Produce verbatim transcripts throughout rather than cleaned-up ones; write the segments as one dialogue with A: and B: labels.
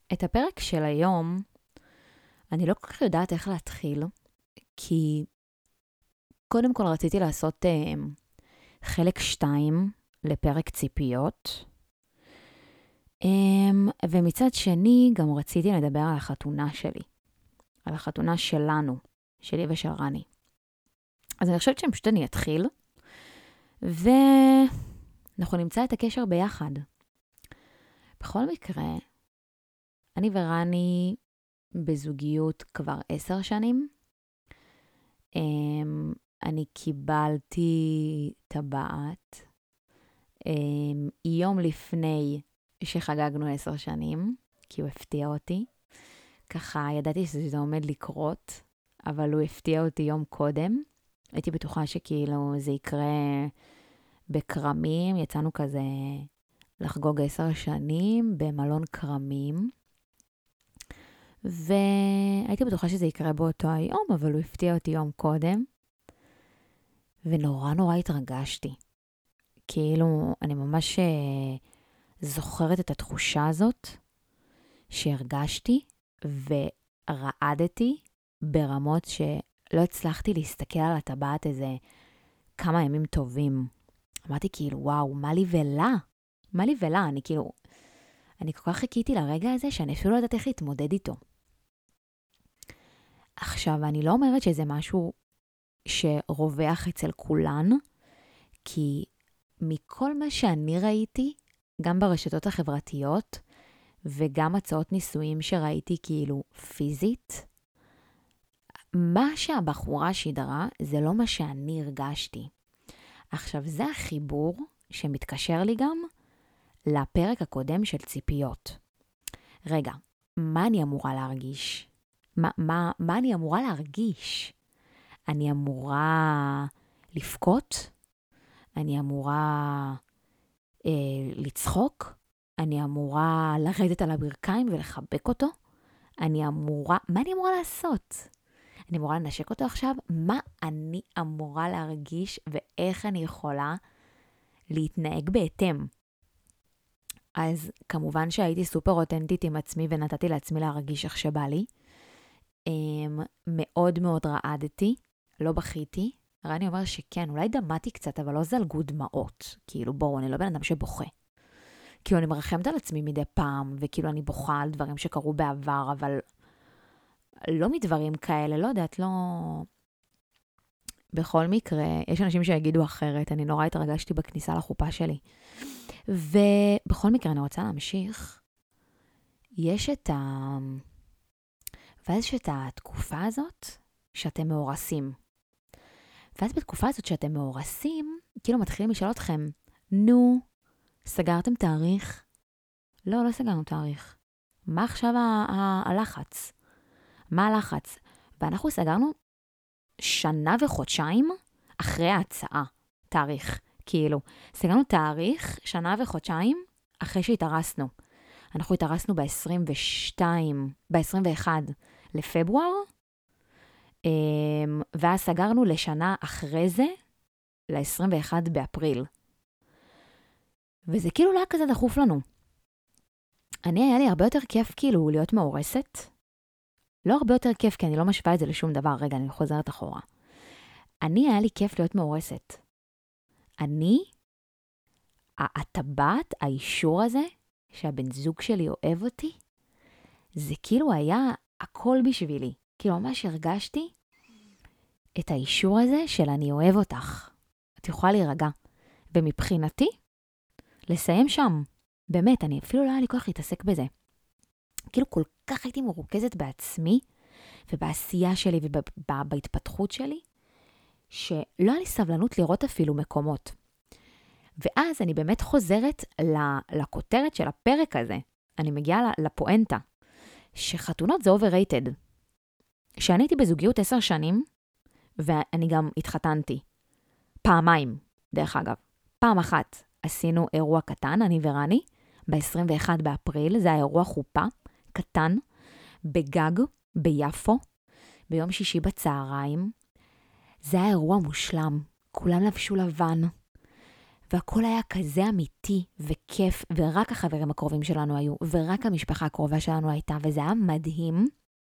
A: את הפרק של היום, אני לא כל כך יודעת איך להתחיל, כי קודם כל רציתי לעשות אה, חלק שתיים לפרק ציפיות, אה, ומצד שני גם רציתי לדבר על החתונה שלי, על החתונה שלנו, שלי ושל רני. אז אני חושבת שפשוט אני אתחיל, ואנחנו נמצא את הקשר ביחד. בכל מקרה, אני ורני בזוגיות כבר עשר שנים. Um, אני קיבלתי טבעת um, יום לפני שחגגנו עשר שנים, כי הוא הפתיע אותי. ככה ידעתי שזה עומד לקרות, אבל הוא הפתיע אותי יום קודם. הייתי בטוחה שכאילו זה יקרה בקרמים, יצאנו כזה לחגוג עשר שנים במלון קרמים. והייתי בטוחה שזה יקרה באותו היום, אבל הוא הפתיע אותי יום קודם. ונורא נורא התרגשתי. כאילו, אני ממש זוכרת את התחושה הזאת שהרגשתי ורעדתי ברמות שלא הצלחתי להסתכל על הטבעת איזה כמה ימים טובים. אמרתי כאילו, וואו, מה לי ולה? מה לי ולה? אני כאילו, אני כל כך חיכיתי לרגע הזה שאני אפילו לא יודעת איך להתמודד איתו. עכשיו, אני לא אומרת שזה משהו שרווח אצל כולן, כי מכל מה שאני ראיתי, גם ברשתות החברתיות, וגם הצעות נישואים שראיתי כאילו פיזית, מה שהבחורה שידרה זה לא מה שאני הרגשתי. עכשיו, זה החיבור שמתקשר לי גם לפרק הקודם של ציפיות. רגע, מה אני אמורה להרגיש? מה, מה, מה אני אמורה להרגיש? אני אמורה לפקות? אני אמורה אה, לצחוק? אני אמורה לרדת על הברכיים ולחבק אותו? אני אמורה, מה אני אמורה לעשות? אני אמורה לנשק אותו עכשיו? מה אני אמורה להרגיש ואיך אני יכולה להתנהג בהתאם? אז כמובן שהייתי סופר אותנטית עם עצמי ונתתי לעצמי להרגיש איך שבא לי. מאוד מאוד רעדתי, לא בכיתי. רני אומר שכן, אולי דמעתי קצת, אבל לא זלגו דמעות. כאילו, בואו, אני לא בן אדם שבוכה. כאילו, אני מרחמת על עצמי מדי פעם, וכאילו אני בוכה על דברים שקרו בעבר, אבל לא מדברים כאלה, לא יודעת, לא... בכל מקרה, יש אנשים שיגידו אחרת, אני נורא התרגשתי בכניסה לחופה שלי. ובכל מקרה, אני רוצה להמשיך. יש את ה... ואז יש את התקופה הזאת שאתם מאורסים. ואז בתקופה הזאת שאתם מאורסים, כאילו מתחילים לשאול אתכם, נו, סגרתם תאריך? לא, לא סגרנו תאריך. מה עכשיו ה- ה- הלחץ? מה הלחץ? ואנחנו סגרנו שנה וחודשיים אחרי ההצעה, תאריך. כאילו, סגרנו תאריך שנה וחודשיים אחרי שהתארסנו. אנחנו התארסנו ב-עשרים ושתיים, ב-עשרים ואחד לפברואר, ואז סגרנו לשנה אחרי זה, ל-עשרים ואחד באפריל. וזה כאילו לא היה כזה דחוף לנו. אני, היה לי הרבה יותר כיף כאילו להיות מאורסת. לא הרבה יותר כיף, כי אני לא משווה את זה לשום דבר. רגע, אני חוזרת אחורה. אני, היה לי כיף להיות מאורסת. אני, הטבעת, האישור הזה, שהבן זוג שלי אוהב אותי, זה כאילו היה הכל בשבילי. כאילו ממש הרגשתי את האישור הזה של אני אוהב אותך. את יכולה להירגע. ומבחינתי, לסיים שם. באמת, אני אפילו לא היה לי כוח להתעסק בזה. כאילו כל כך הייתי מרוכזת בעצמי, ובעשייה שלי ובהתפתחות שלי, שלא היה לי סבלנות לראות אפילו מקומות. ואז אני באמת חוזרת לכותרת של הפרק הזה. אני מגיעה לפואנטה, שחתונות זה overrated. שאני הייתי בזוגיות עשר שנים, ואני גם התחתנתי. פעמיים, דרך אגב. פעם אחת עשינו אירוע קטן, אני ורני, ב-עשרים ואחד באפריל, זה היה אירוע חופה, קטן, בגג, ביפו, ביום שישי בצהריים. זה היה אירוע מושלם, כולם לבשו לבן. והכל היה כזה אמיתי וכיף, ורק החברים הקרובים שלנו היו, ורק המשפחה הקרובה שלנו הייתה, וזה היה מדהים.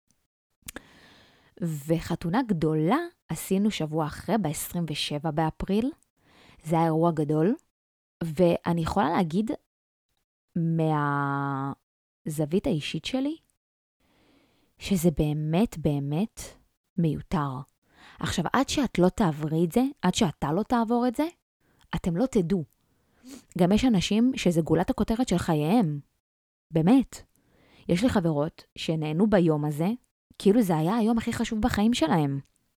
A: וחתונה גדולה עשינו שבוע אחרי, ב-עשרים ושבעה באפריל. זה היה אירוע גדול, ואני יכולה להגיד מהזווית האישית שלי, שזה באמת באמת מיותר. עכשיו, עד שאת לא תעברי את זה, עד שאתה לא תעבור את זה, אתם לא תדעו. גם יש אנשים שזה גולת הכותרת של חייהם. באמת. יש לי חברות שנהנו ביום הזה, כאילו זה היה היום הכי חשוב בחיים שלהם.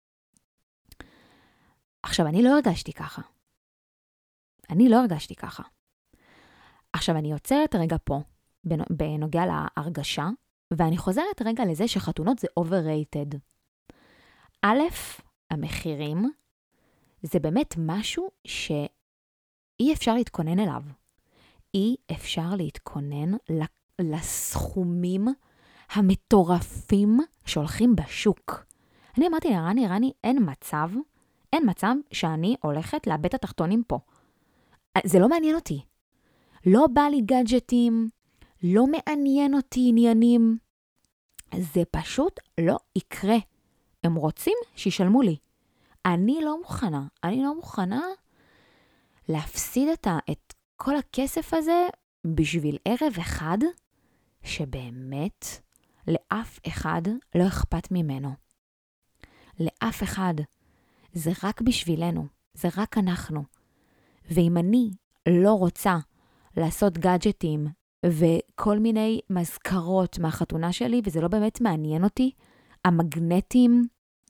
A: עכשיו, אני לא הרגשתי ככה. אני לא הרגשתי ככה. עכשיו, אני יוצרת רגע פה, בנוגע להרגשה, ואני חוזרת רגע לזה שחתונות זה overrated. א', המחירים, זה באמת משהו שאי אפשר להתכונן אליו. אי אפשר להתכונן לסכומים המטורפים שהולכים בשוק. אני אמרתי לרני, רני, אין מצב, אין מצב שאני הולכת לאבד את התחתונים פה. זה לא מעניין אותי. לא בא לי גאדג'טים, לא מעניין אותי עניינים. זה פשוט לא יקרה. הם רוצים שישלמו לי. אני לא מוכנה, אני לא מוכנה להפסיד את, ה, את כל הכסף הזה בשביל ערב אחד שבאמת לאף אחד לא אכפת ממנו. לאף אחד. זה רק בשבילנו, זה רק אנחנו. ואם אני לא רוצה לעשות גאדג'טים וכל מיני מזכרות מהחתונה שלי, וזה לא באמת מעניין אותי, המגנטים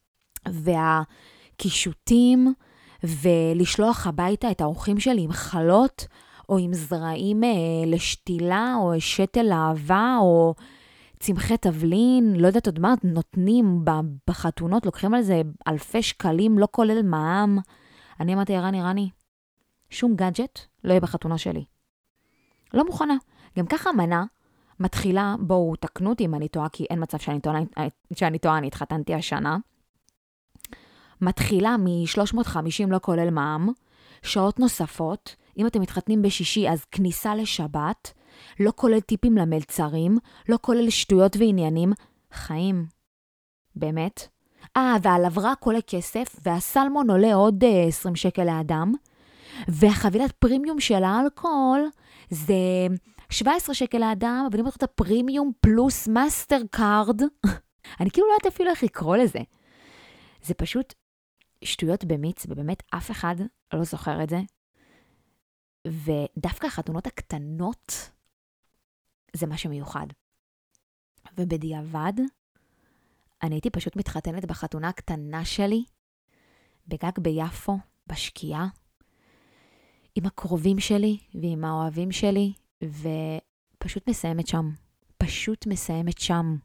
A: והקישוטים, ולשלוח הביתה את האורחים שלי עם חלות, או עם זרעים אה, לשתילה, או שתל אהבה, או צמחי תבלין, לא יודעת עוד מה, נותנים בחתונות, לוקחים על זה אלפי שקלים, לא כולל מע"מ. אני אמרתי, רני, רני, שום גאדג'ט לא יהיה בחתונה שלי. לא מוכנה. גם ככה מנה מתחילה, בואו תקנו אותי אם אני טועה, כי אין מצב שאני טועה, שאני טועה, אני התחתנתי השנה. מתחילה מ-שלוש מאות וחמישים לא כולל מע"מ, שעות נוספות, אם אתם מתחתנים בשישי אז כניסה לשבת, לא כולל טיפים למלצרים, לא כולל שטויות ועניינים, חיים, באמת. אה, והלברק עולה כסף, והסלמון עולה עוד uh, עשרים שקל לאדם, והחבילת פרימיום של האלכוהול זה שבע עשרה שקל לאדם, אבל אם את הפרימיום פלוס מאסטר קארד, אני כאילו לא יודעת אפילו איך לקרוא לזה. זה פשוט שטויות במיץ, ובאמת אף אחד לא זוכר את זה. ודווקא החתונות הקטנות, זה משהו מיוחד. ובדיעבד, אני הייתי פשוט מתחתנת בחתונה הקטנה שלי, בגג ביפו, בשקיעה, עם הקרובים שלי ועם האוהבים שלי, ופשוט מסיימת שם. פשוט מסיימת שם.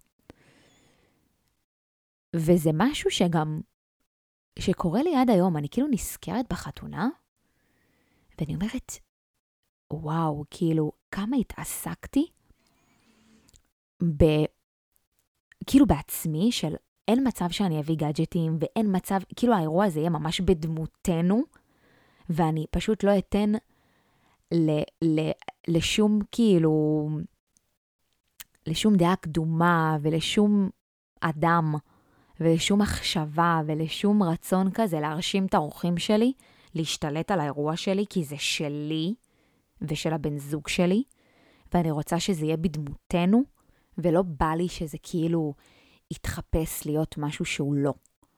A: וזה משהו שגם, שקורה לי עד היום, אני כאילו נזכרת בחתונה, ואני אומרת, וואו, כאילו, כמה התעסקתי ב... כאילו בעצמי, של אין מצב שאני אביא גאדג'טים, ואין מצב, כאילו האירוע הזה יהיה ממש בדמותנו, ואני פשוט לא אתן ל, ל, לשום, כאילו, לשום דעה קדומה, ולשום אדם, ולשום מחשבה, ולשום רצון כזה, להרשים את האורחים שלי, להשתלט על האירוע שלי, כי זה שלי, ושל הבן זוג שלי, ואני רוצה שזה יהיה בדמותנו, ולא בא לי שזה כאילו יתחפש להיות משהו שהוא לא.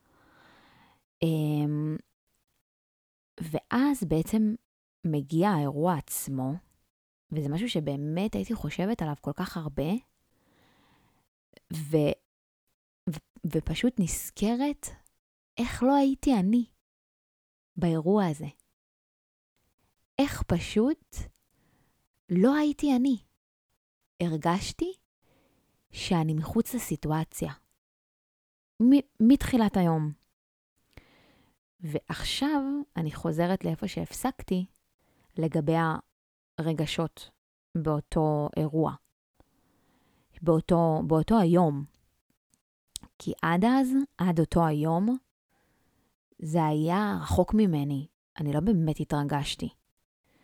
A: ואז בעצם מגיע האירוע עצמו, וזה משהו שבאמת הייתי חושבת עליו כל כך הרבה, ו... ו... ופשוט נזכרת איך לא הייתי אני באירוע הזה. איך פשוט לא הייתי אני. הרגשתי שאני מחוץ לסיטואציה. מ- מתחילת היום. ועכשיו אני חוזרת לאיפה שהפסקתי לגבי הרגשות באותו אירוע. באותו, באותו היום. כי עד אז, עד אותו היום, זה היה רחוק ממני. אני לא באמת התרגשתי.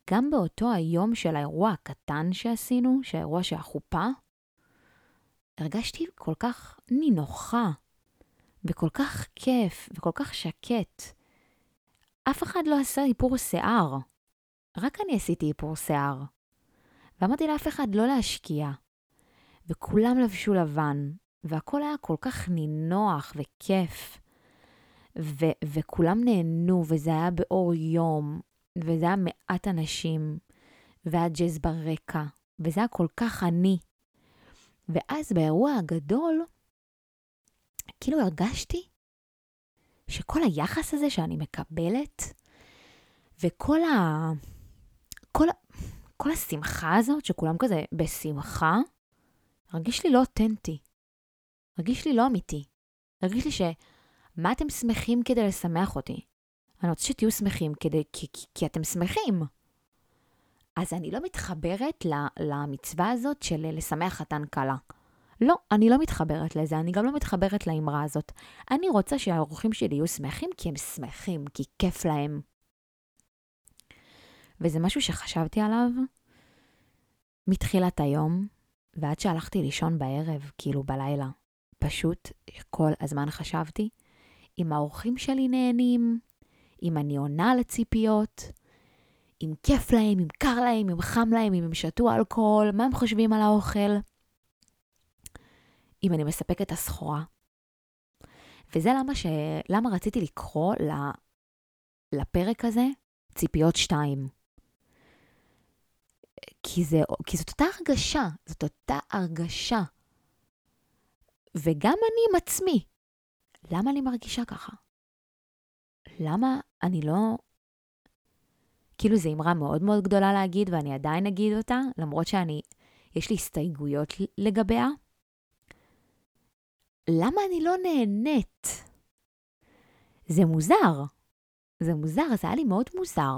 A: גם באותו היום של האירוע הקטן שעשינו, שהאירוע של החופה, הרגשתי כל כך נינוחה, וכל כך כיף, וכל כך שקט. אף אחד לא עשה איפור שיער. רק אני עשיתי איפור שיער. ואמרתי לאף אחד לא להשקיע. וכולם לבשו לבן, והכל היה כל כך נינוח וכיף. ו- וכולם נהנו, וזה היה באור יום, וזה היה מעט אנשים, והיה ג'אז ברקע, וזה היה כל כך עני. ואז באירוע הגדול, כאילו הרגשתי שכל היחס הזה שאני מקבלת, וכל ה... כל, ה... כל השמחה הזאת, שכולם כזה בשמחה, הרגיש לי לא אותנטי. הרגיש לי לא אמיתי. הרגיש לי ש... מה אתם שמחים כדי לשמח אותי? אני רוצה שתהיו שמחים כדי... כי, כי, כי אתם שמחים. אז אני לא מתחברת למצווה הזאת של לשמח חתן כלה. לא, אני לא מתחברת לזה, אני גם לא מתחברת לאמרה הזאת. אני רוצה שהאורחים שלי יהיו שמחים כי הם שמחים, כי כיף להם. וזה משהו שחשבתי עליו מתחילת היום, ועד שהלכתי לישון בערב, כאילו בלילה. פשוט כל הזמן חשבתי, אם האורחים שלי נהנים, אם אני עונה לציפיות, אם כיף להם, אם קר להם, אם חם להם, אם הם שתו אלכוהול, מה הם חושבים על האוכל, אם אני מספקת את הסחורה. וזה למה, ש... למה רציתי לקרוא לפרק הזה ציפיות שתיים. כי, זה... כי זאת אותה הרגשה, זאת אותה הרגשה. וגם אני עם עצמי. למה אני מרגישה ככה? למה אני לא... כאילו זו אמרה מאוד מאוד גדולה להגיד, ואני עדיין אגיד אותה, למרות שאני, יש לי הסתייגויות לגביה. למה אני לא נהנית? זה מוזר. זה מוזר, זה היה לי מאוד מוזר.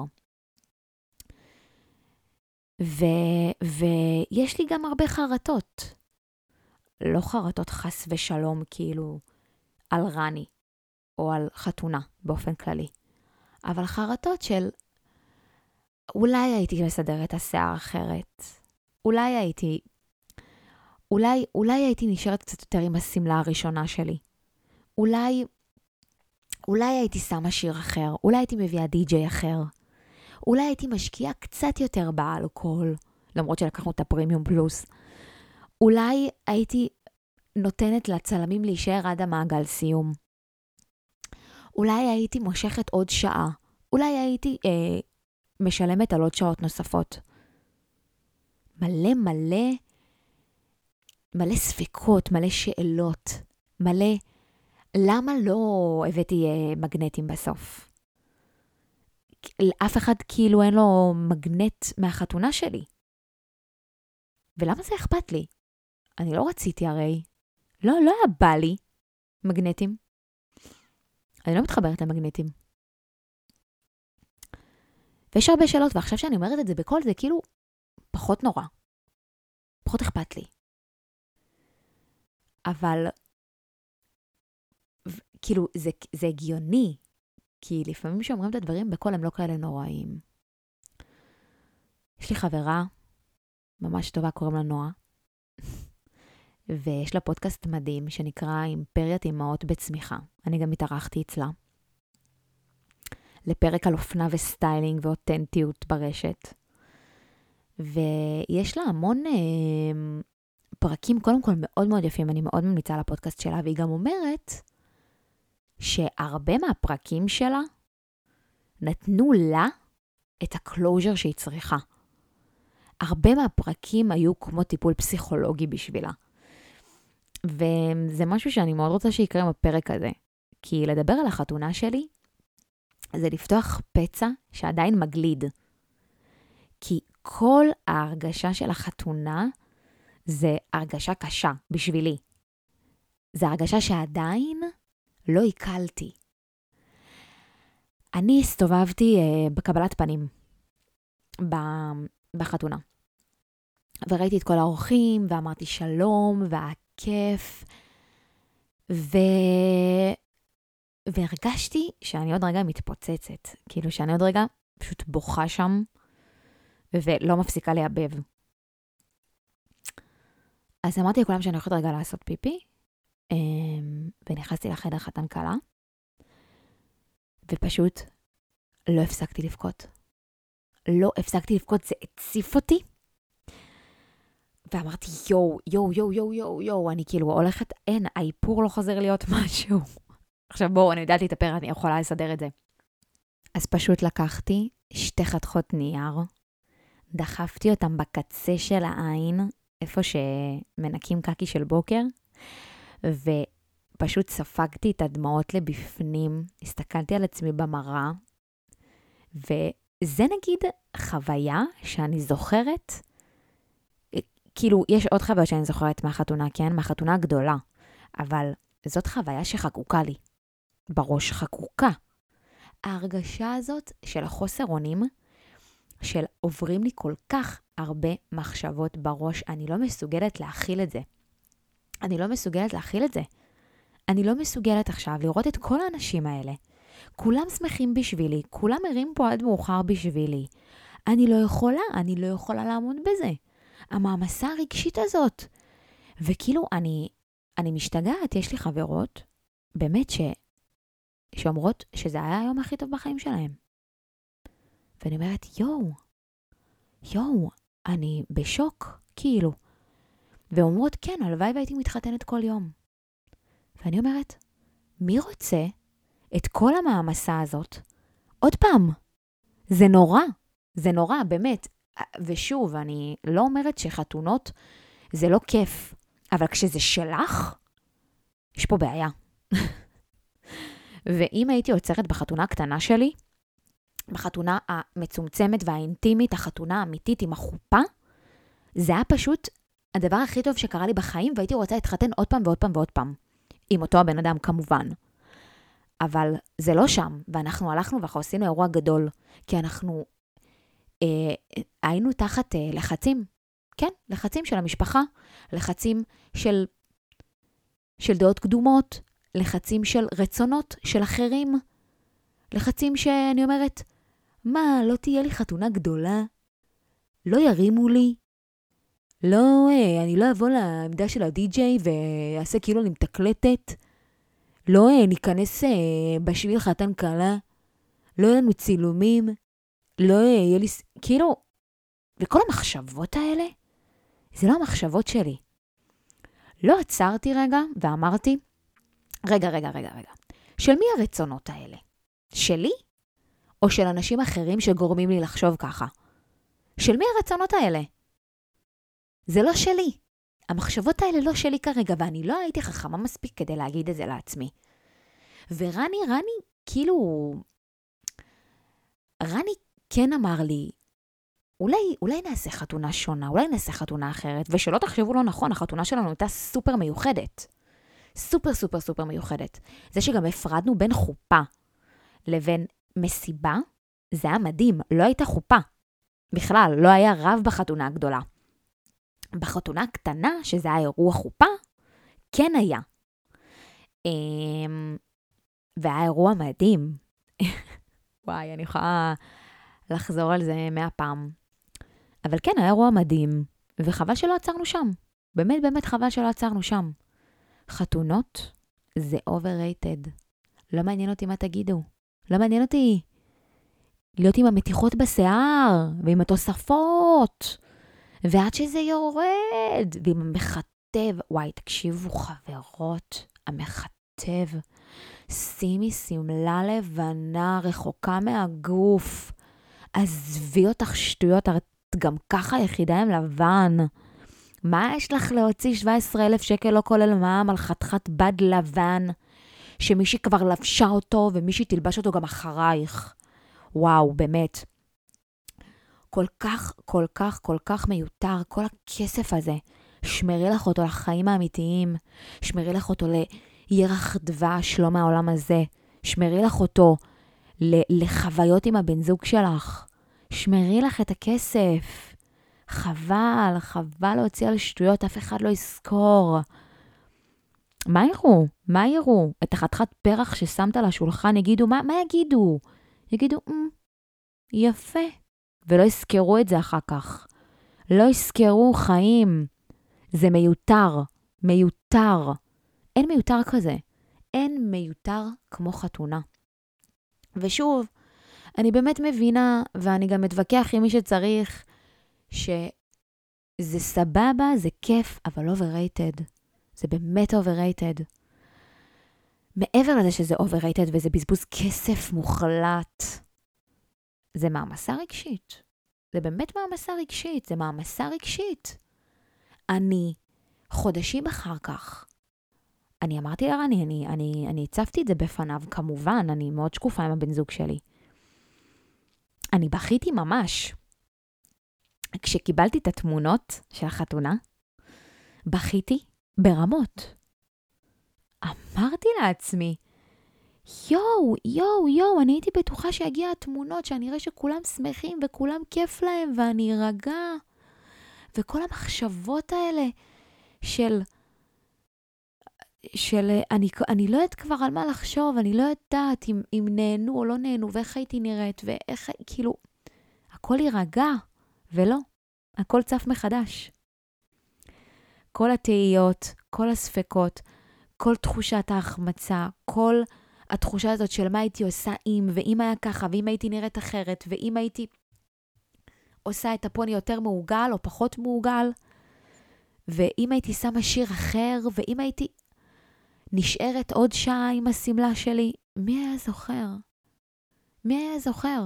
A: ו... ויש לי גם הרבה חרטות. לא חרטות חס ושלום, כאילו, על רני, או על חתונה, באופן כללי. אבל חרטות של... אולי הייתי מסדרת את השיער אחרת. אולי הייתי... אולי, אולי הייתי נשארת קצת יותר עם הסמלה הראשונה שלי. אולי... אולי הייתי שמה שיר אחר. אולי הייתי מביאה די-ג'יי אחר. אולי הייתי משקיעה קצת יותר באלכוהול, למרות שלקחנו את הפרימיום פלוס. אולי הייתי נותנת לצלמים להישאר עד המעגל סיום. אולי הייתי מושכת עוד שעה. אולי הייתי... אה, משלמת על עוד שעות נוספות. מלא מלא, מלא ספקות, מלא שאלות, מלא, למה לא הבאתי אה, מגנטים בסוף? אף אחד כאילו אין לו מגנט מהחתונה שלי. ולמה זה אכפת לי? אני לא רציתי הרי. לא, לא היה בא לי מגנטים. אני לא מתחברת למגנטים. ויש הרבה שאלות, ועכשיו שאני אומרת את זה בכל זה, כאילו, פחות נורא. פחות אכפת לי. אבל, ו- כאילו, זה, זה הגיוני, כי לפעמים שאומרים את הדברים בכל הם לא כאלה נוראים. יש לי חברה, ממש טובה, קוראים לה נועה, ויש לה פודקאסט מדהים, שנקרא אימפריית אמהות בצמיחה. אני גם התארחתי אצלה. לפרק על אופנה וסטיילינג ואותנטיות ברשת. ויש לה המון אה, פרקים, קודם כל מאוד מאוד יפים, אני מאוד ממליצה לפודקאסט שלה, והיא גם אומרת שהרבה מהפרקים שלה נתנו לה את הקלוז'ר שהיא צריכה. הרבה מהפרקים היו כמו טיפול פסיכולוגי בשבילה. וזה משהו שאני מאוד רוצה שיקרה בפרק הזה. כי לדבר על החתונה שלי, זה לפתוח פצע שעדיין מגליד. כי כל ההרגשה של החתונה זה הרגשה קשה בשבילי. זה הרגשה שעדיין לא עיכלתי. אני הסתובבתי uh, בקבלת פנים בחתונה. וראיתי את כל האורחים, ואמרתי שלום, והכיף. ו... והרגשתי שאני עוד רגע מתפוצצת. כאילו שאני עוד רגע פשוט בוכה שם. ולא מפסיקה להיאבב. אז אמרתי לכולם שאני הולכת רגע לעשות פיפי, ונכנסתי לחדר חתן קלה, ופשוט לא הפסקתי לבכות. לא הפסקתי לבכות, זה הציף אותי. ואמרתי, יו, יו, יו, יו, יו, יו, אני כאילו הולכת, אין, האיפור לא חוזר להיות משהו. עכשיו בואו, אני יודעת להתאפר, אני יכולה לסדר את זה. אז פשוט לקחתי שתי חתכות נייר, דחפתי אותם בקצה של העין, איפה שמנקים קקי של בוקר, ופשוט ספגתי את הדמעות לבפנים, הסתכלתי על עצמי במראה, וזה נגיד חוויה שאני זוכרת, כאילו יש עוד חוויות שאני זוכרת מהחתונה, כן? מהחתונה הגדולה, אבל זאת חוויה שחקוקה לי, בראש חקוקה. ההרגשה הזאת של החוסר אונים, של עוברים לי כל כך הרבה מחשבות בראש, אני לא מסוגלת להכיל את זה. אני לא מסוגלת להכיל את זה. אני לא מסוגלת עכשיו לראות את כל האנשים האלה. כולם שמחים בשבילי, כולם מרים פה עד מאוחר בשבילי. אני לא יכולה, אני לא יכולה לעמוד בזה. המעמסה הרגשית הזאת. וכאילו אני, אני משתגעת, יש לי חברות, באמת ש... שאומרות שזה היה היום הכי טוב בחיים שלהם. ואני אומרת, יואו, יואו, אני בשוק, כאילו. ואומרות, כן, הלוואי והייתי מתחתנת כל יום. ואני אומרת, מי רוצה את כל המעמסה הזאת? עוד פעם, זה נורא, זה נורא, באמת. ושוב, אני לא אומרת שחתונות זה לא כיף, אבל כשזה שלך, יש פה בעיה. ואם הייתי עוצרת בחתונה הקטנה שלי, בחתונה המצומצמת והאינטימית, החתונה האמיתית עם החופה, זה היה פשוט הדבר הכי טוב שקרה לי בחיים, והייתי רוצה להתחתן עוד פעם ועוד פעם ועוד פעם. עם אותו הבן אדם כמובן. אבל זה לא שם, ואנחנו הלכנו ואנחנו עשינו אירוע גדול, כי אנחנו אה, היינו תחת אה, לחצים, כן, לחצים של המשפחה, לחצים של, של דעות קדומות, לחצים של רצונות של אחרים, לחצים שאני אומרת, מה, לא תהיה לי חתונה גדולה? לא ירימו לי? לא, אני לא אבוא לעמדה של הדי-ג'יי ואעשה כאילו אני מתקלטת? לא, ניכנס בשביל חתן קלה? לא יהיה לנו צילומים? לא יהיה לי... כאילו, וכל המחשבות האלה, זה לא המחשבות שלי. לא עצרתי רגע ואמרתי, רגע, רגע, רגע, רגע. של מי הרצונות האלה? שלי? או של אנשים אחרים שגורמים לי לחשוב ככה? של מי הרצונות האלה? זה לא שלי. המחשבות האלה לא שלי כרגע, ואני לא הייתי חכמה מספיק כדי להגיד את זה לעצמי. ורני, רני, כאילו... רני כן אמר לי, אולי, אולי נעשה חתונה שונה, אולי נעשה חתונה אחרת, ושלא תחשבו לא נכון, החתונה שלנו הייתה סופר מיוחדת. סופר סופר סופר מיוחדת. זה שגם הפרדנו בין חופה לבין מסיבה, זה היה מדהים, לא הייתה חופה. בכלל, לא היה רב בחתונה הגדולה. בחתונה הקטנה, שזה היה אירוע חופה, כן היה. והיה אירוע מדהים. וואי, אני יכולה לחזור על זה מאה פעם. אבל כן, היה אירוע מדהים, וחבל שלא עצרנו שם. באמת, באמת חבל שלא עצרנו שם. חתונות זה overrated. לא מעניין אותי מה תגידו. לא מעניין אותי להיות עם המתיחות בשיער, ועם התוספות, ועד שזה יורד, ועם המחטב. וואי, תקשיבו חברות, המחטב. שימי סמלה לבנה רחוקה מהגוף. עזבי אותך שטויות, את גם ככה יחידיים לבן. מה יש לך להוציא שבעה עשר אלף שקל לא כולל מע"מ על חתיכת בד לבן, שמישהי כבר לבשה אותו ומישהי תלבש אותו גם אחרייך? וואו, באמת. כל כך, כל כך, כל כך מיותר, כל הכסף הזה. שמרי לך אותו לחיים האמיתיים, שמרי לך אותו לירח דבש, לא מהעולם הזה. שמרי לך אותו לחוויות עם הבן זוג שלך. שמרי לך את הכסף. חבל, חבל להוציא על שטויות, אף אחד לא יזכור. מה יראו? מה יראו? את החתיכת פרח ששמת על השולחן, יגידו, מה, מה יגידו? יגידו, mm, יפה, ולא יזכרו את זה אחר כך. לא יזכרו חיים. זה מיותר. מיותר. אין מיותר כזה. אין מיותר כמו חתונה. ושוב, אני באמת מבינה, ואני גם מתווכח עם מי שצריך, שזה סבבה, זה כיף, אבל overrated. זה באמת overrated. מעבר לזה שזה overrated וזה בזבוז כסף מוחלט, זה מעמסה רגשית. זה באמת מעמסה רגשית. זה מעמסה רגשית. אני, חודשים אחר כך, אני אמרתי לרני, אני, אני, אני הצפתי את זה בפניו, כמובן, אני מאוד שקופה עם הבן זוג שלי. אני בכיתי ממש. כשקיבלתי את התמונות של החתונה, בכיתי ברמות. אמרתי לעצמי, יואו, יואו, יואו, אני הייתי בטוחה שיגיע התמונות, שאני אראה שכולם שמחים וכולם כיף להם, ואני ארגע. וכל המחשבות האלה של, של אני, אני לא יודעת כבר על מה לחשוב, אני לא יודעת אם, אם נהנו או לא נהנו, ואיך הייתי נראית, ואיך, כאילו, הכל יירגע, ולא, הכל צף מחדש. כל התהיות, כל הספקות, כל תחושת ההחמצה, כל התחושה הזאת של מה הייתי עושה אם, ואם היה ככה, ואם הייתי נראית אחרת, ואם הייתי עושה את הפוני יותר מעוגל או פחות מעוגל, ואם הייתי שמה שיר אחר, ואם הייתי נשארת עוד שעה עם הסמלה שלי, מי היה זוכר? מי היה זוכר?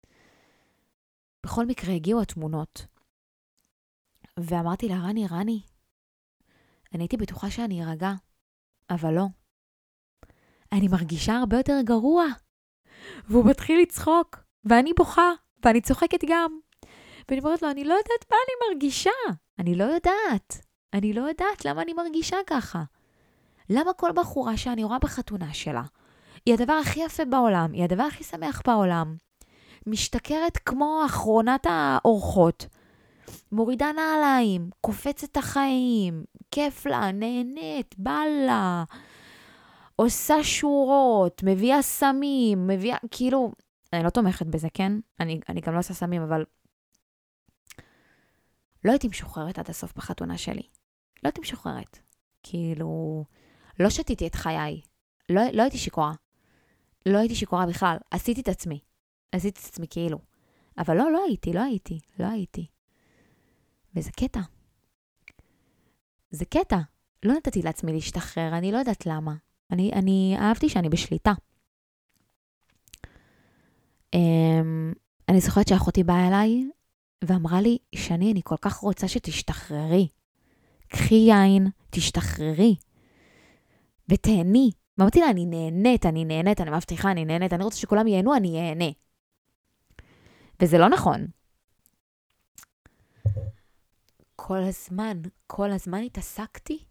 A: בכל מקרה הגיעו התמונות, ואמרתי לה, רני, רני, אני הייתי בטוחה שאני ארגע, אבל לא. אני מרגישה הרבה יותר גרוע. והוא מתחיל לצחוק, ואני בוכה, ואני צוחקת גם. ואני אומרת לו, אני לא יודעת מה אני מרגישה. אני לא יודעת. אני לא יודעת למה אני מרגישה ככה. למה כל בחורה שאני רואה בחתונה שלה, היא הדבר הכי יפה בעולם, היא הדבר הכי שמח בעולם, משתכרת כמו אחרונת האורחות, מורידה נעליים, קופצת החיים, כיף לה, נהנית, בא לה, עושה שורות, מביאה סמים, מביאה, כאילו, אני לא תומכת בזה, כן? אני, אני גם לא עושה סמים, אבל לא הייתי משוחררת עד הסוף בחתונה שלי. לא הייתי משוחררת. כאילו, לא שתיתי את חיי. לא, לא הייתי שיקורה. לא הייתי שיקורה בכלל. עשיתי את עצמי. עשיתי את עצמי כאילו. אבל לא, לא הייתי, לא הייתי, לא הייתי. וזה קטע. זה קטע. לא נתתי לעצמי להשתחרר, אני לא יודעת למה. אני, אני אהבתי שאני בשליטה. Um, אני זוכרת שאחותי באה אליי, ואמרה לי, שני, אני כל כך רוצה שתשתחררי. קחי יין, תשתחררי. ותהני. ואמרתי לה, אני נהנית, אני נהנית, אני מבטיחה, אני נהנית, אני רוצה שכולם ייהנו, אני ייהנה. וזה לא נכון. כל הזמן, כל הזמן התעסקתי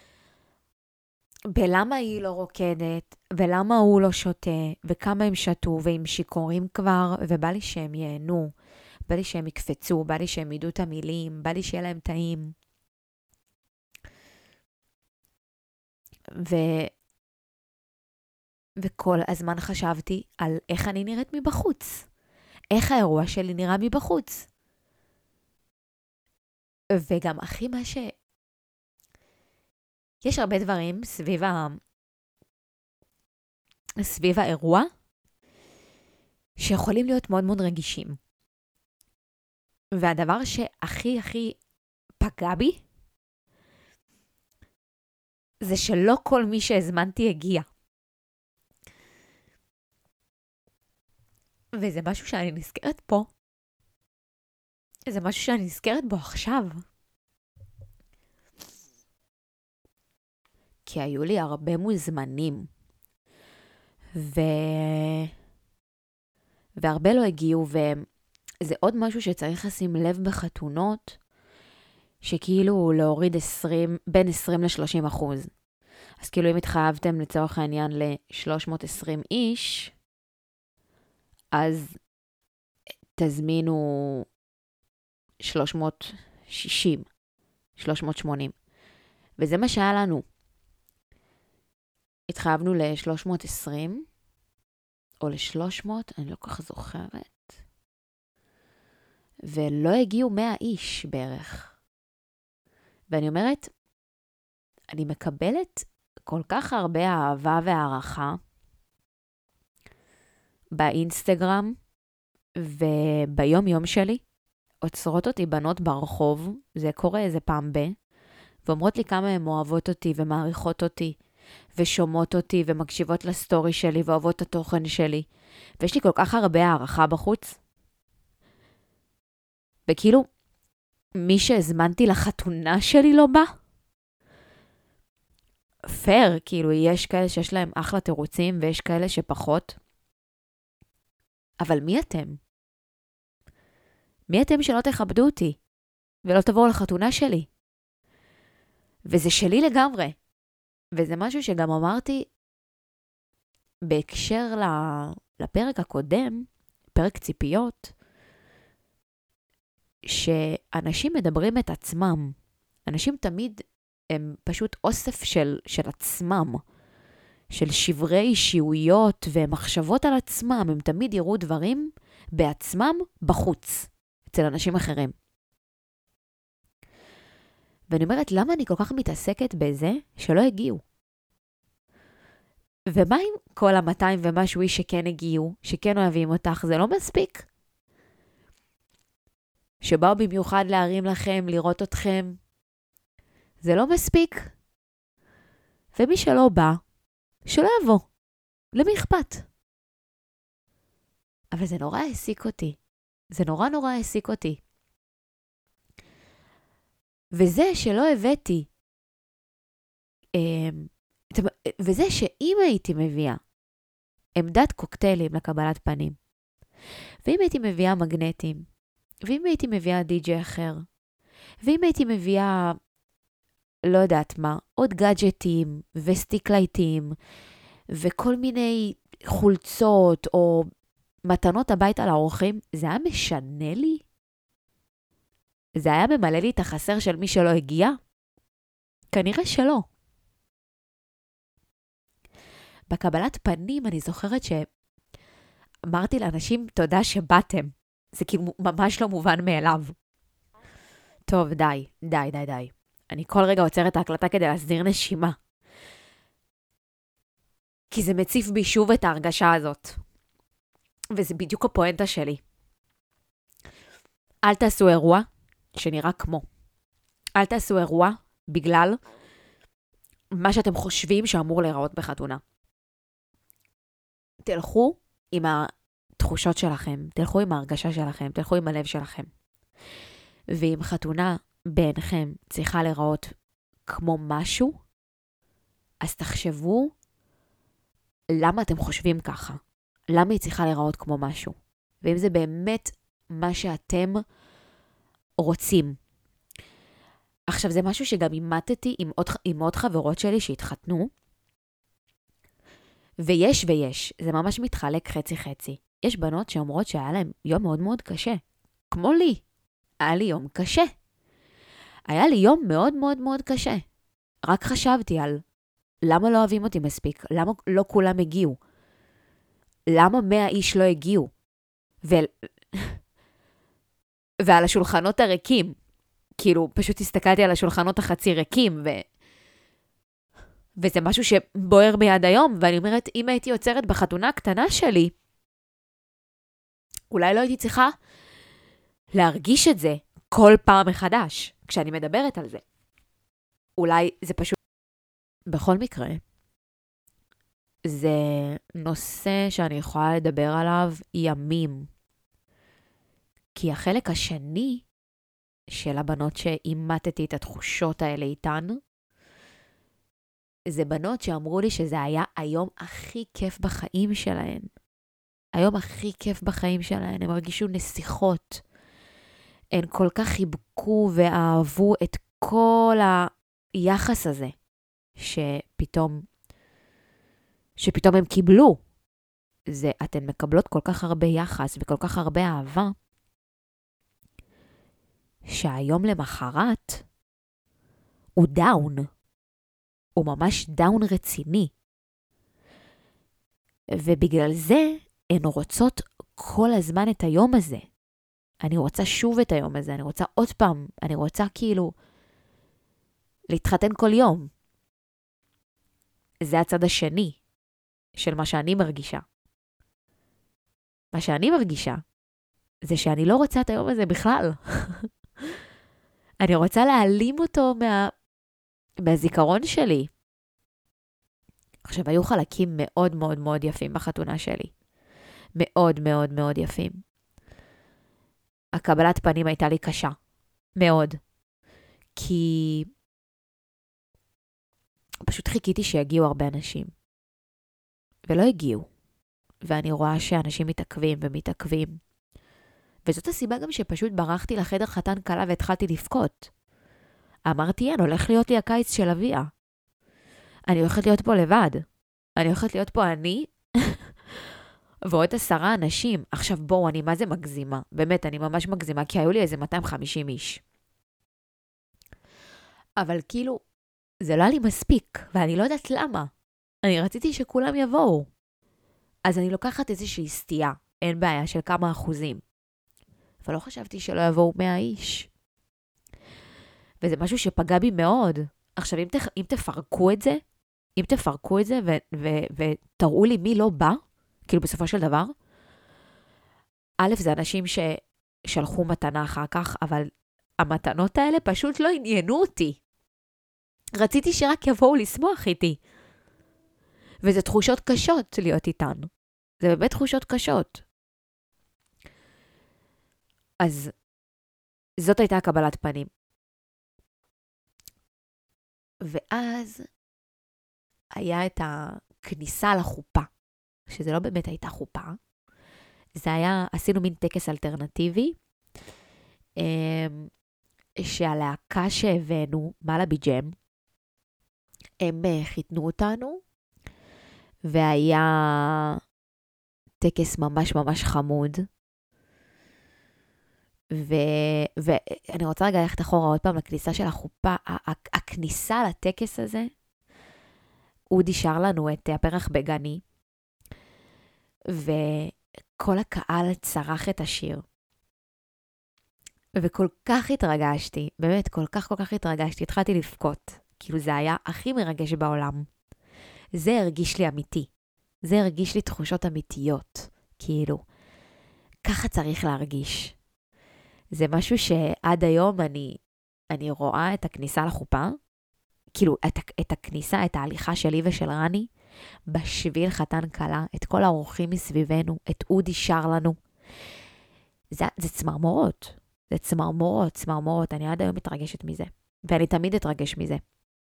A: בלמה היא לא רוקדת, ולמה הוא לא שותה, וכמה הם שתו, והם שיכורים כבר, ובא לי שהם ייהנו, בא לי שהם יקפצו, בא לי שהם ידעו את המילים, בא לי שיהיה להם טעים. ו... וכל הזמן חשבתי על איך אני נראית מבחוץ. איך האירוע שלי נראה מבחוץ. וגם הכי מה ש... יש הרבה דברים סביב, ה... סביב האירוע שיכולים להיות מאוד מאוד רגישים. והדבר שהכי הכי פגע בי זה שלא כל מי שהזמנתי הגיע. וזה משהו שאני נזכרת פה. זה משהו שאני נזכרת בו עכשיו. כי היו לי הרבה מוזמנים. ו... והרבה לא הגיעו, וזה עוד משהו שצריך לשים לב בחתונות, שכאילו להוריד עשרים, בין עשרים ל-שלושים אחוז. אז כאילו אם התחייבתם לצורך העניין ל-שלוש מאות ועשרים איש, אז תזמינו שלוש מאות ושישים, שלוש מאות ושמונים. וזה מה שהיה לנו. התחייבנו ל-שלוש מאות ועשרים, או ל-שלוש מאות, אני לא כל כך זוכרת. ולא הגיעו מאה איש בערך. ואני אומרת, אני מקבלת כל כך הרבה אהבה והערכה באינסטגרם וביום יום שלי. עוצרות אותי בנות ברחוב, זה קורה איזה פעם ב, ואומרות לי כמה הן אוהבות אותי ומעריכות אותי, ושומעות אותי ומקשיבות לסטורי שלי ואוהבות את התוכן שלי. ויש לי כל כך הרבה הערכה בחוץ. וכאילו, מי שהזמנתי לחתונה שלי לא בא. פייר, כאילו יש כאלה שיש להם אחלה תירוצים ויש כאלה שפחות. אבל מי אתם? מי אתם שלא תכבדו אותי ולא תבואו לחתונה שלי? וזה שלי לגמרי. וזה משהו שגם אמרתי בהקשר לפרק הקודם, פרק ציפיות, שאנשים מדברים את עצמם. אנשים תמיד הם פשוט אוסף של, של עצמם, של שברי אישיויות ומחשבות על עצמם. הם תמיד יראו דברים בעצמם בחוץ, אצל אנשים אחרים. ואני אומרת, למה אני כל כך מתעסקת בזה שלא הגיעו? ומה עם כל ה-מאתיים ומשהו איש שכן הגיעו, שכן אוהבים אותך, זה לא מספיק? שבאו במיוחד להרים לכם, לראות אתכם, זה לא מספיק? ומי שלא בא, שלא יבוא. למי אכפת? אבל זה נורא העסיק אותי. זה נורא נורא העסיק אותי. וזה שלא הבאתי, וזה שאם הייתי מביאה עמדת קוקטיילים לקבלת פנים, ואם הייתי מביאה מגנטים, ואם הייתי מביאה די-ג'יי אחר, ואם הייתי מביאה, לא יודעת מה, עוד גאדג'טים וסטיק לייטים, וכל מיני חולצות או מתנות הביתה לאורחים, זה היה משנה לי? זה היה ממלא לי את החסר של מי שלא הגיע? כנראה שלא. בקבלת פנים אני זוכרת שאמרתי לאנשים תודה שבאתם. זה כאילו ממש לא מובן מאליו. טוב, די, די, די, די. אני כל רגע עוצרת את ההקלטה כדי להסדיר נשימה. כי זה מציף בי שוב את ההרגשה הזאת. וזה בדיוק הפואנטה שלי. אל תעשו אירוע שנראה כמו. אל תעשו אירוע בגלל מה שאתם חושבים שאמור להיראות בחתונה. תלכו עם התחושות שלכם, תלכו עם ההרגשה שלכם, תלכו עם הלב שלכם. ואם חתונה בעיניכם צריכה להיראות כמו משהו, אז תחשבו למה אתם חושבים ככה. למה היא צריכה להיראות כמו משהו. ואם זה באמת מה שאתם רוצים. עכשיו זה משהו שגם אימתתי עם עוד, עם עוד חברות שלי שהתחתנו. ויש ויש, זה ממש מתחלק חצי חצי. יש בנות שאומרות שהיה להם יום מאוד מאוד קשה. כמו לי. היה לי יום קשה. היה לי יום מאוד מאוד מאוד קשה. רק חשבתי על למה לא אוהבים אותי מספיק? למה לא כולם הגיעו? למה מאה איש לא הגיעו? ו... ועל השולחנות הריקים. כאילו, פשוט הסתכלתי על השולחנות החצי ריקים, ו... וזה משהו שבוער בי עד היום, ואני אומרת, אם הייתי יוצרת בחתונה הקטנה שלי, אולי לא הייתי צריכה להרגיש את זה כל פעם מחדש, כשאני מדברת על זה. אולי זה פשוט... בכל מקרה, זה נושא שאני יכולה לדבר עליו ימים. כי החלק השני של הבנות שאימתתי את התחושות האלה איתן, זה בנות שאמרו לי שזה היה היום הכי כיף בחיים שלהן. היום הכי כיף בחיים שלהן. הם הרגישו נסיכות. הן כל כך חיבקו ואהבו את כל היחס הזה, שפתאום, שפתאום הם קיבלו. זה, אתן מקבלות כל כך הרבה יחס וכל כך הרבה אהבה, שהיום למחרת הוא דאון. הוא ממש דאון רציני. ובגלל זה הן רוצות כל הזמן את היום הזה. אני רוצה שוב את היום הזה, אני רוצה עוד פעם, אני רוצה כאילו להתחתן כל יום. זה הצד השני של מה שאני מרגישה. מה שאני מרגישה זה שאני לא רוצה את היום הזה בכלל. אני רוצה להעלים אותו מה... מהזיכרון שלי. עכשיו, היו חלקים מאוד מאוד מאוד יפים בחתונה שלי. מאוד מאוד מאוד יפים. הקבלת פנים הייתה לי קשה. מאוד. כי פשוט חיכיתי שיגיעו הרבה אנשים. ולא הגיעו. ואני רואה שאנשים מתעכבים ומתעכבים. וזאת הסיבה גם שפשוט ברחתי לחדר חתן קלה והתחלתי לבכות. אמרתי, אין, הולך להיות לי הקיץ של אביה. אני הולכת להיות פה לבד. אני הולכת להיות פה אני, ועוד עשרה אנשים. עכשיו בואו, אני מה זה מגזימה? באמת, אני ממש מגזימה, כי היו לי איזה מאתיים וחמישים איש. אבל כאילו, זה לא היה לי מספיק, ואני לא יודעת למה. אני רציתי שכולם יבואו. אז אני לוקחת איזושהי סטייה, אין בעיה, של כמה אחוזים. אבל לא חשבתי שלא יבואו מאה איש. וזה משהו שפגע בי מאוד. עכשיו, אם, תח... אם תפרקו את זה, אם תפרקו את זה ו- ו- ותראו לי מי לא בא, כאילו בסופו של דבר, א', זה אנשים ששלחו מתנה אחר כך, אבל המתנות האלה פשוט לא עניינו אותי. רציתי שרק יבואו לשמוח איתי. וזה תחושות קשות להיות איתן. זה באמת תחושות קשות. אז זאת הייתה קבלת פנים. ואז היה את הכניסה לחופה, שזה לא באמת הייתה חופה. זה היה, עשינו מין טקס אלטרנטיבי, שהלהקה שהבאנו, מלאבי ג'ם, הם חיתנו אותנו, והיה טקס ממש ממש חמוד. ו- ואני רוצה רגע ללכת אחורה עוד פעם לכניסה של החופה. הכניסה לטקס הזה, אודי שר לנו את הפרח בגני, וכל הקהל צרח את השיר. וכל כך התרגשתי, באמת, כל כך כל כך התרגשתי, התחלתי לבכות. כאילו זה היה הכי מרגש בעולם. זה הרגיש לי אמיתי. זה הרגיש לי תחושות אמיתיות. כאילו, ככה צריך להרגיש. זה משהו שעד היום אני, אני רואה את הכניסה לחופה, כאילו את, את הכניסה, את ההליכה שלי ושל רני, בשביל חתן קלה, את כל האורחים מסביבנו, את אודי שר לנו. זה, זה צמרמורות, זה צמרמורות, צמרמורות, אני עד היום מתרגשת מזה, ואני תמיד אתרגש מזה.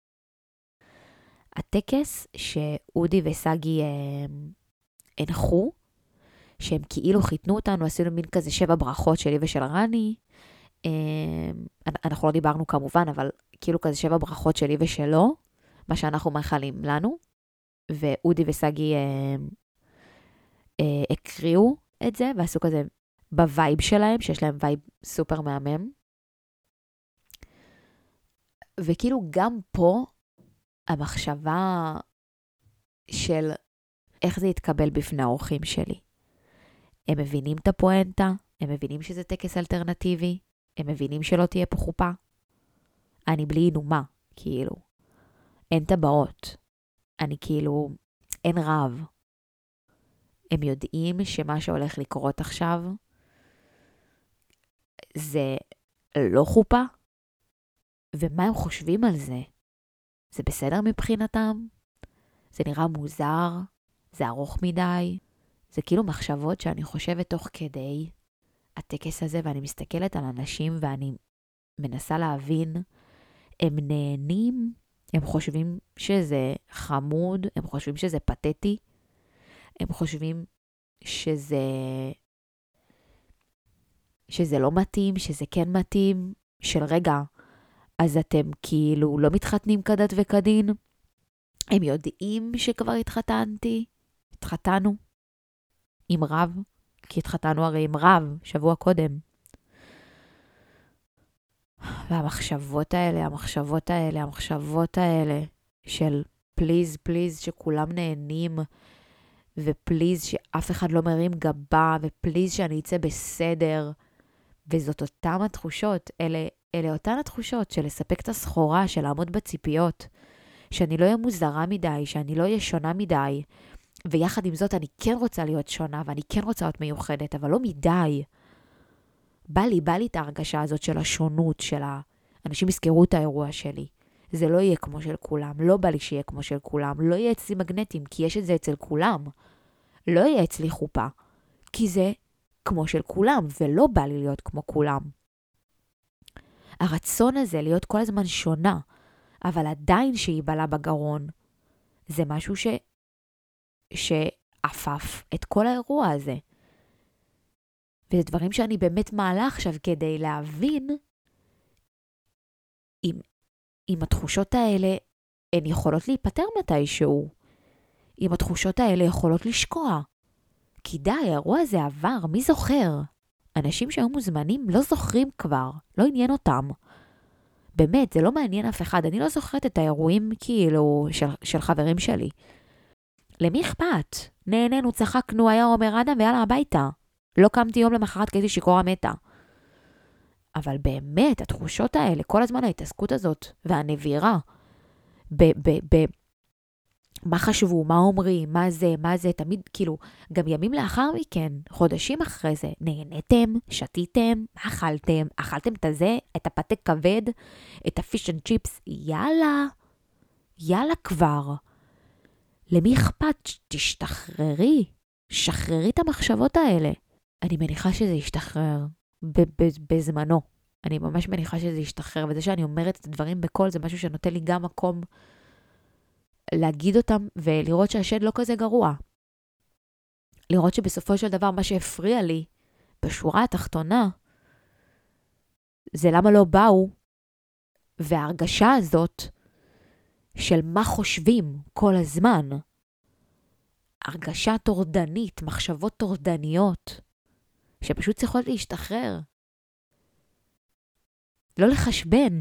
A: הטקס שאודי וסגי אה, הנחו, שהם כאילו חיתנו אותנו, עשינו מין כזה שבע ברכות שלי ושל רני, אה, אנחנו לא דיברנו כמובן, אבל כאילו כזה שבע ברכות שלי ושלו, מה שאנחנו מאחלים לנו, ואודי וסגי אה, אה, הקריאו את זה, ועשו כזה בווייב שלהם, שיש להם וייב סופר מהמם. וכאילו גם פה, המחשבה של איך זה יתקבל בפני האורחים שלי. הם מבינים את הפואנטה, הם מבינים שזה טקס אלטרנטיבי, הם מבינים שלא תהיה פה חופה. אני בלי עינומה, כאילו. אין טבעות. אני כאילו, אין רב. הם יודעים שמה שהולך לקרות עכשיו, זה לא חופה, ומה הם חושבים על זה? זה בסדר מבחינתם? זה נראה מוזר? זה ארוך מדי? זה כאילו מחשבות שאני חושבת תוך כדי הטקס הזה, ואני מסתכלת על אנשים ואני מנסה להבין, הם נהנים, הם חושבים שזה חמוד, הם חושבים שזה פתטי, הם חושבים שזה, שזה לא מתאים, שזה כן מתאים, של רגע, אז אתם כאילו לא מתחתנים כדת וכדין, הם יודעים שכבר התחתנתי, התחתנו עם רב, כי התחתנו הרי עם רב שבוע קודם. והמחשבות האלה, המחשבות האלה, המחשבות האלה של פליז, פליז, שכולם נהנים, ופליז שאף אחד לא מרים גבה, ופליז שאני אצא בסדר, וזאת אותם התחושות, אלה, אלה אותן התחושות של לספק את הסחורה, של לעמוד בציפיות, שאני לא אהיה מוזרה מדי, שאני לא אהיה שונה מדי, ויחד עם זאת אני כן רוצה להיות שונה, ואני כן רוצה להיות מיוחדת, אבל לא מדי. בא לי, בא לי את ההרגשה הזאת של השונות, של האנשים יזכרו את האירוע שלי. זה לא יהיה כמו של כולם, לא בא לי שיהיה כמו של כולם, לא יהיה אצלי מגנטים, כי יש את זה אצל כולם. לא יהיה אצלי חופה, כי זה כמו של כולם, ולא בא לי להיות כמו כולם. הרצון הזה להיות כל הזמן שונה, אבל עדיין שהיא בלה בגרון, זה משהו ש... שעפף את כל האירוע הזה. וזה דברים שאני באמת מעלה עכשיו כדי להבין אם, אם התחושות האלה הן יכולות להיפטר מתישהו. אם התחושות האלה יכולות לשקוע. כי די, האירוע הזה עבר, מי זוכר? אנשים שהיו מוזמנים לא זוכרים כבר, לא עניין אותם. באמת, זה לא מעניין אף אחד. אני לא זוכרת את האירועים כאילו של, של חברים שלי. למי אכפת? נהנינו, צחקנו, היה עומר אדם ויאללה הביתה. לא קמתי יום למחרת כי הייתי שיכורה מתה. אבל באמת, התחושות האלה, כל הזמן ההתעסקות הזאת, והנבירה, ב... ב, ב מה חשבו, מה אומרים, מה זה, מה זה, תמיד, כאילו, גם ימים לאחר מכן, חודשים אחרי זה, נהנתם, שתיתם, אכלתם, אכלתם את הזה, את הפתק כבד, את הפיש אנד צ'יפס, יאללה, יאללה כבר. למי אכפת? תשתחררי, שחררי את המחשבות האלה. אני מניחה שזה ישתחרר ב- ב- בזמנו. אני ממש מניחה שזה ישתחרר, וזה שאני אומרת את הדברים בקול, זה משהו שנותן לי גם מקום להגיד אותם ולראות שהשד לא כזה גרוע. לראות שבסופו של דבר מה שהפריע לי בשורה התחתונה זה למה לא באו, וההרגשה הזאת של מה חושבים כל הזמן. הרגשה טורדנית, מחשבות טורדניות שפשוט צריכות להשתחרר. לא לחשבן.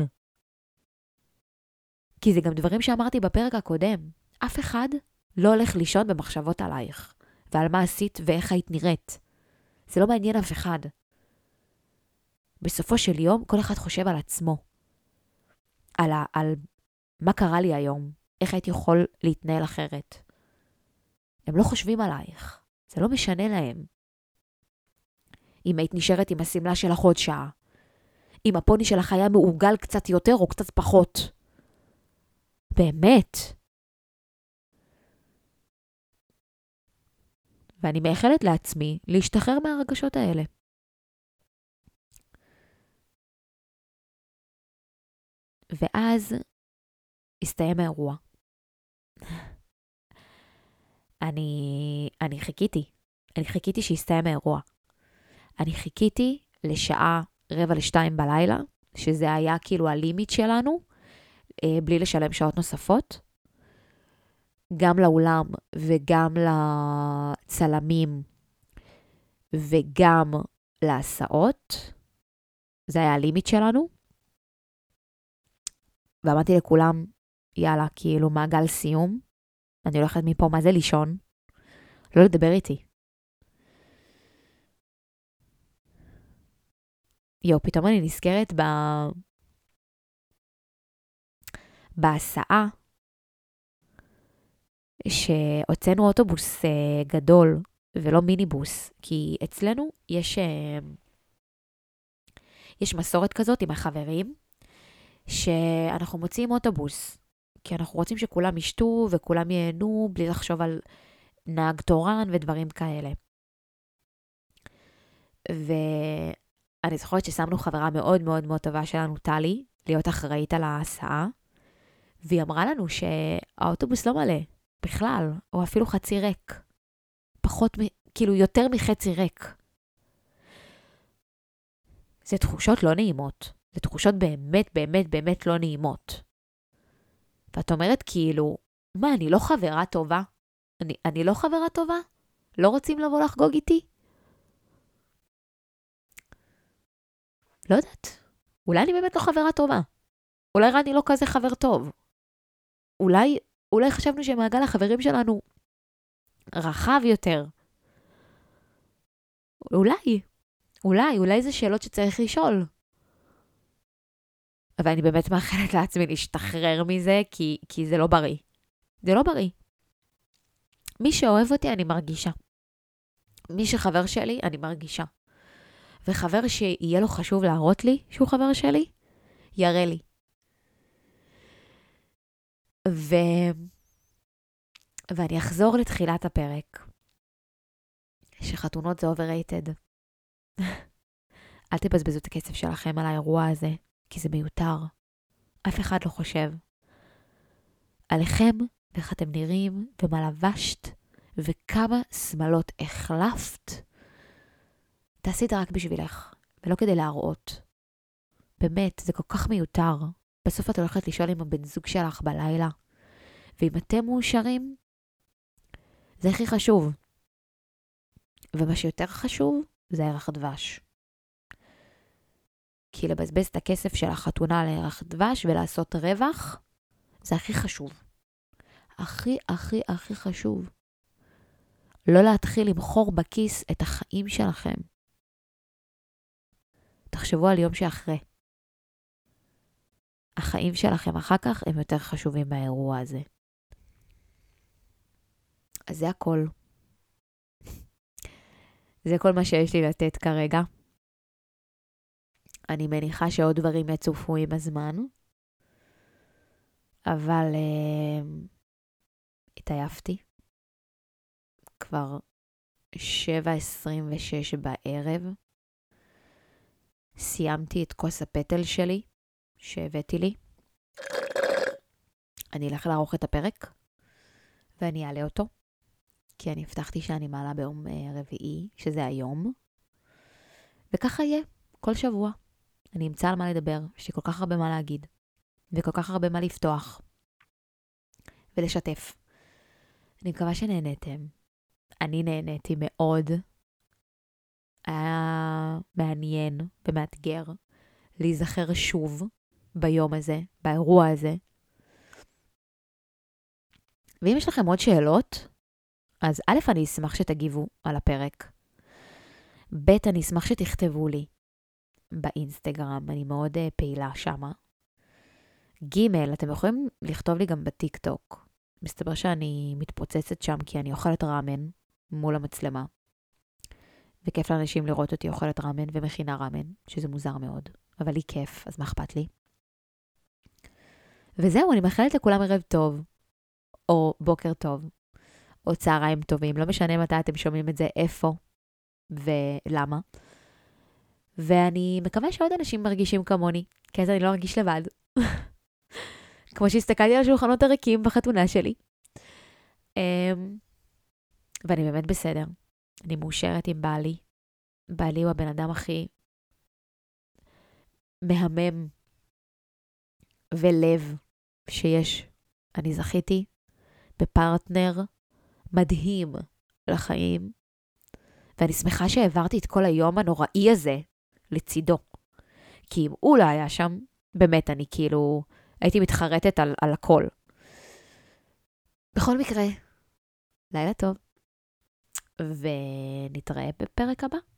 A: כי זה גם דברים שאמרתי בפרק הקודם. אף אחד לא הולך לישון במחשבות עלייך, ועל מה עשית ואיך היית נראית. זה לא מעניין אף אחד. בסופו של יום, כל אחד חושב על עצמו. על, ה, על מה קרה לי היום, איך הייתי יכול להתנהל אחרת. הם לא חושבים עלייך. זה לא משנה להם. אם היית נשארת עם הסמלה שלך עוד שעה, אם הפוני שלך היה מעוגל קצת יותר או קצת פחות. באמת. ואני מאחלת לעצמי להשתחרר מהרגשות האלה. ואז הסתיים האירוע. אני, אני חיכיתי. אני חיכיתי שהסתיים האירוע. אני חיכיתי לשעה רבע לשתיים בלילה, שזה היה כאילו הלימיט שלנו, בלי לשלם שעות נוספות. גם לאולם וגם לצלמים וגם להסעות. זה היה הלימיט שלנו. ואמרתי לכולם, יאללה, כאילו מעגל סיום. אני הולכת מפה, מה זה לישון? לא לדבר איתי. יו, פתאום אני נזכרת ב... בהסעה, שהוצאנו אוטובוס גדול ולא מיניבוס, כי אצלנו יש, יש מסורת כזאת עם החברים, שאנחנו מוציאים אוטובוס, כי אנחנו רוצים שכולם ישתו וכולם ייהנו בלי לחשוב על נהג תורן ודברים כאלה. ואני זוכרת ששמנו חברה מאוד מאוד מאוד טובה שלנו, טלי, להיות אחראית על ההסעה, והיא אמרה לנו שהאוטובוס לא מלא, בכלל, או אפילו חצי ריק. פחות, כאילו יותר מחצי ריק. זה תחושות לא נעימות. זה תחושות באמת, באמת, באמת לא נעימות. ואת אומרת כאילו, מה, אני לא חברה טובה? אני, אני לא חברה טובה? לא רוצים לבוא לחגוג איתי? לא יודעת. אולי אני באמת לא חברה טובה. אולי אני לא כזה חבר טוב. אולי, אולי חשבנו שמעגל החברים שלנו רחב יותר. אולי, אולי, אולי זה שאלות שצריך לשאול. אבל אני באמת מאחלת לעצמי להשתחרר מזה, כי, כי זה לא בריא. זה לא בריא. מי שאוהב אותי, אני מרגישה. מי שחבר שלי, אני מרגישה. וחבר שיהיה לו חשוב להראות לי שהוא חבר שלי, יראה לי. ו... ואני אחזור לתחילת הפרק. שחתונות זה overrated. אל תבזבזו את הכסף שלכם על האירוע הזה, כי זה מיותר. אף אחד לא חושב. עליכם, ואיך אתם נראים, ומה לבשת, וכמה שמלות החלפת, תעשי את זה רק בשבילך, ולא כדי להראות. באמת, זה כל כך מיותר. בסוף את הולכת לשאול עם הבן זוג שלך בלילה. ואם אתם מאושרים, זה הכי חשוב. ומה שיותר חשוב, זה ערך דבש. כי לבזבז את הכסף של החתונה לערך דבש ולעשות רווח, זה הכי חשוב. הכי, הכי, הכי חשוב. לא להתחיל למחור בכיס את החיים שלכם. תחשבו על יום שאחרי. החיים שלכם אחר כך הם יותר חשובים מהאירוע הזה. אז זה הכל. זה כל מה שיש לי לתת כרגע. אני מניחה שעוד דברים יצופו עם הזמן. אבל uh, התעייפתי. כבר שבע עשרים ושש בערב. סיימתי את כוס הפטל שלי שהבאתי לי. אני אלך לערוך את הפרק ואני אעלה אותו. כי אני הבטחתי שאני מעלה ביום uh, רביעי, שזה היום. וככה יהיה, כל שבוע. אני אמצא על מה לדבר, יש לי כל כך הרבה מה להגיד. וכל כך הרבה מה לפתוח. ולשתף. אני מקווה שנהנתם. אני נהניתי מאוד. היה מעניין ומאתגר להיזכר שוב ביום הזה, באירוע הזה. ואם יש לכם עוד שאלות, אז א', אני אשמח שתגיבו על הפרק. ב', אני אשמח שתכתבו לי באינסטגרם, אני מאוד uh, פעילה שמה. ג', אתם יכולים לכתוב לי גם בטיק טוק. מסתבר שאני מתפוצצת שם כי אני אוכלת ראמן מול המצלמה. וכיף לאנשים לראות אותי אוכלת ראמן ומכינה ראמן, שזה מוזר מאוד. אבל לי כיף, אז מה אכפת לי? וזהו, אני מאחלת לכולם ערב טוב, או בוקר טוב, או צהריים טובים. לא משנה מתי אתם שומעים את זה, איפה ולמה. ואני מקווה שעוד אנשים מרגישים כמוני, כי אז אני לא מרגיש לבד. כמו שהסתכלתי על השולחנות הריקים בחתונה שלי. ואני באמת בסדר. אני מאושרת עם בעלי. בעלי הוא הבן אדם הכי מהמם ולב שיש. אני זכיתי בפרטנר מדהים לחיים. ואני שמחה שהעברתי את כל היום הנוראי הזה לצידו. כי אם הוא לא היה שם, באמת אני כאילו הייתי מתחרטת על, על הכל. בכל מקרה, לילה טוב. ונתראה בפרק הבא.